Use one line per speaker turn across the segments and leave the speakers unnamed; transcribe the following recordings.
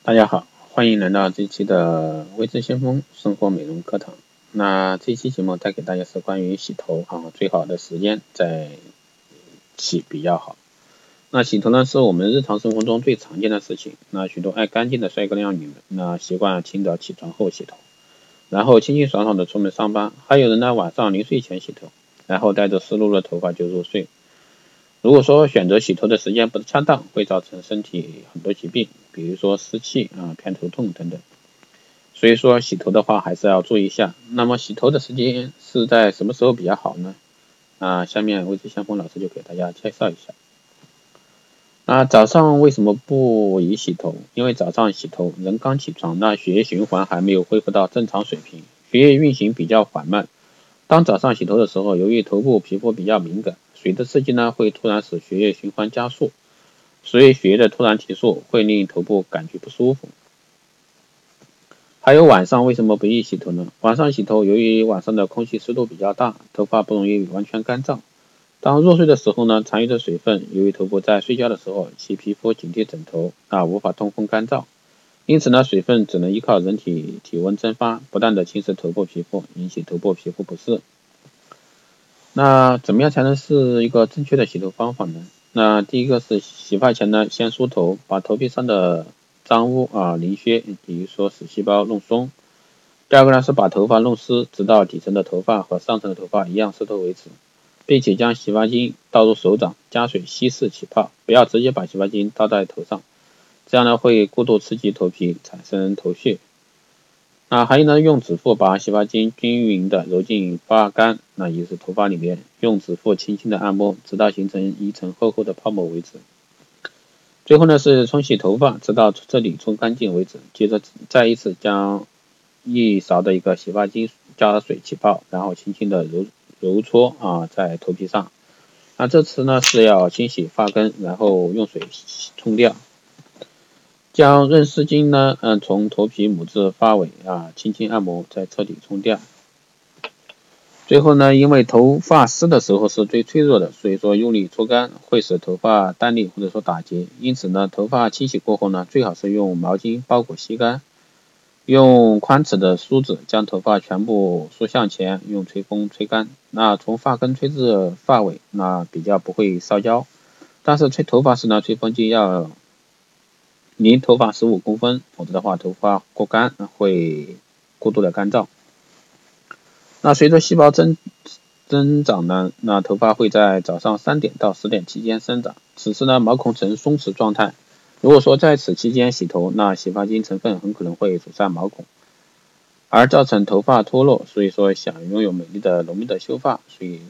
大家好，欢迎来到这一期的微知先锋生活美容课堂。那这期节目带给大家是关于洗头最好的时间在洗比较好。那洗头呢是我们日常生活中最常见的事情。那许多爱干净的帅哥靓女们，那习惯清早起床后洗头，然后清清爽爽的出门上班。还有人呢晚上临睡前洗头，然后带着湿漉漉的头发就入睡。如果说选择洗头的时间不恰当，会造成身体很多疾病，比如说湿气偏头痛等等。所以说洗头的话还是要注意一下。那么洗头的时间是在什么时候比较好呢？下面微知先锋老师就给大家介绍一下。早上为什么不宜洗头？因为早上洗头，人刚起床，那血液循环还没有恢复到正常水平，血液运行比较缓慢。当早上洗头的时候，由于头部皮肤比较敏感，水的刺激呢会突然使血液循环加速，所以血液的突然提速会令头部感觉不舒服。还有晚上为什么不宜洗头呢？晚上洗头，由于晚上的空气湿度比较大，头发不容易完全干燥。当入睡的时候呢，残余的水分由于头部在睡觉的时候其皮肤紧贴枕头，无法通风干燥，因此呢，水分只能依靠人体体温蒸发，不断的侵蚀头部皮肤，引起头部皮肤不适。那怎么样才能是一个正确的洗头方法呢？那第一个是洗发前呢，先梳头，把头皮上的脏污凝血，比如说死细胞弄松。第二个呢是把头发弄湿，直到底层的头发和上层的头发一样湿透为止，并且将洗发精倒入手掌，加水稀释起泡，不要直接把洗发精倒在头上，这样呢会过度刺激头皮，产生头屑。还有呢，用指腹把洗发精均匀的揉进发干，那也就是头发里面，用指腹轻轻的按摩，直到形成一层厚厚的泡沫为止。最后呢是冲洗头发，直到彻底冲干净为止。接着再一次将一勺的一个洗发精加水起泡，然后轻轻的揉搓在头皮上。这次呢是要清洗发根，然后用水冲掉。将润湿巾呢，从头皮抹至发尾轻轻按摩，再彻底冲掉。最后呢，因为头发湿的时候是最脆弱的，所以说用力搓干会使头发单立或者说打结，因此呢，头发清洗过后呢，最好是用毛巾包裹吸干，用宽尺的梳子将头发全部梳向前，用吹风吹干。从发根吹至发尾，比较不会烧焦，但是吹头发时呢，吹风机要离头发15公分，否则的话头发过干会过度的干燥。随着细胞增长呢，头发会在早上3点到10点期间生长，此时呢毛孔呈松弛状态。如果说在此期间洗头，洗发精成分很可能会阻塞毛孔，而造成头发脱落。所以说想拥有美丽的浓密的秀发，所以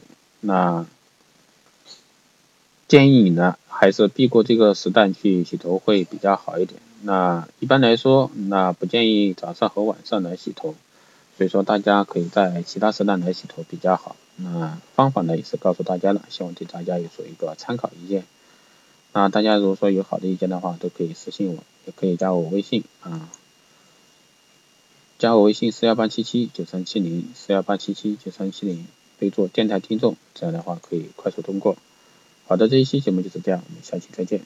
建议你呢还是避过这个时段去洗头会比较好一点。一般来说不建议早上和晚上来洗头，所以说大家可以在其他时段来洗头比较好。方法呢也是告诉大家了，希望对大家有所一个参考意见。大家如果说有好的意见的话，都可以私信我，也可以加我微信加我微信418779370，418779370，备注电台听众，这样的话可以快速通过。好的，这一期节目就是这样，我们下期再见。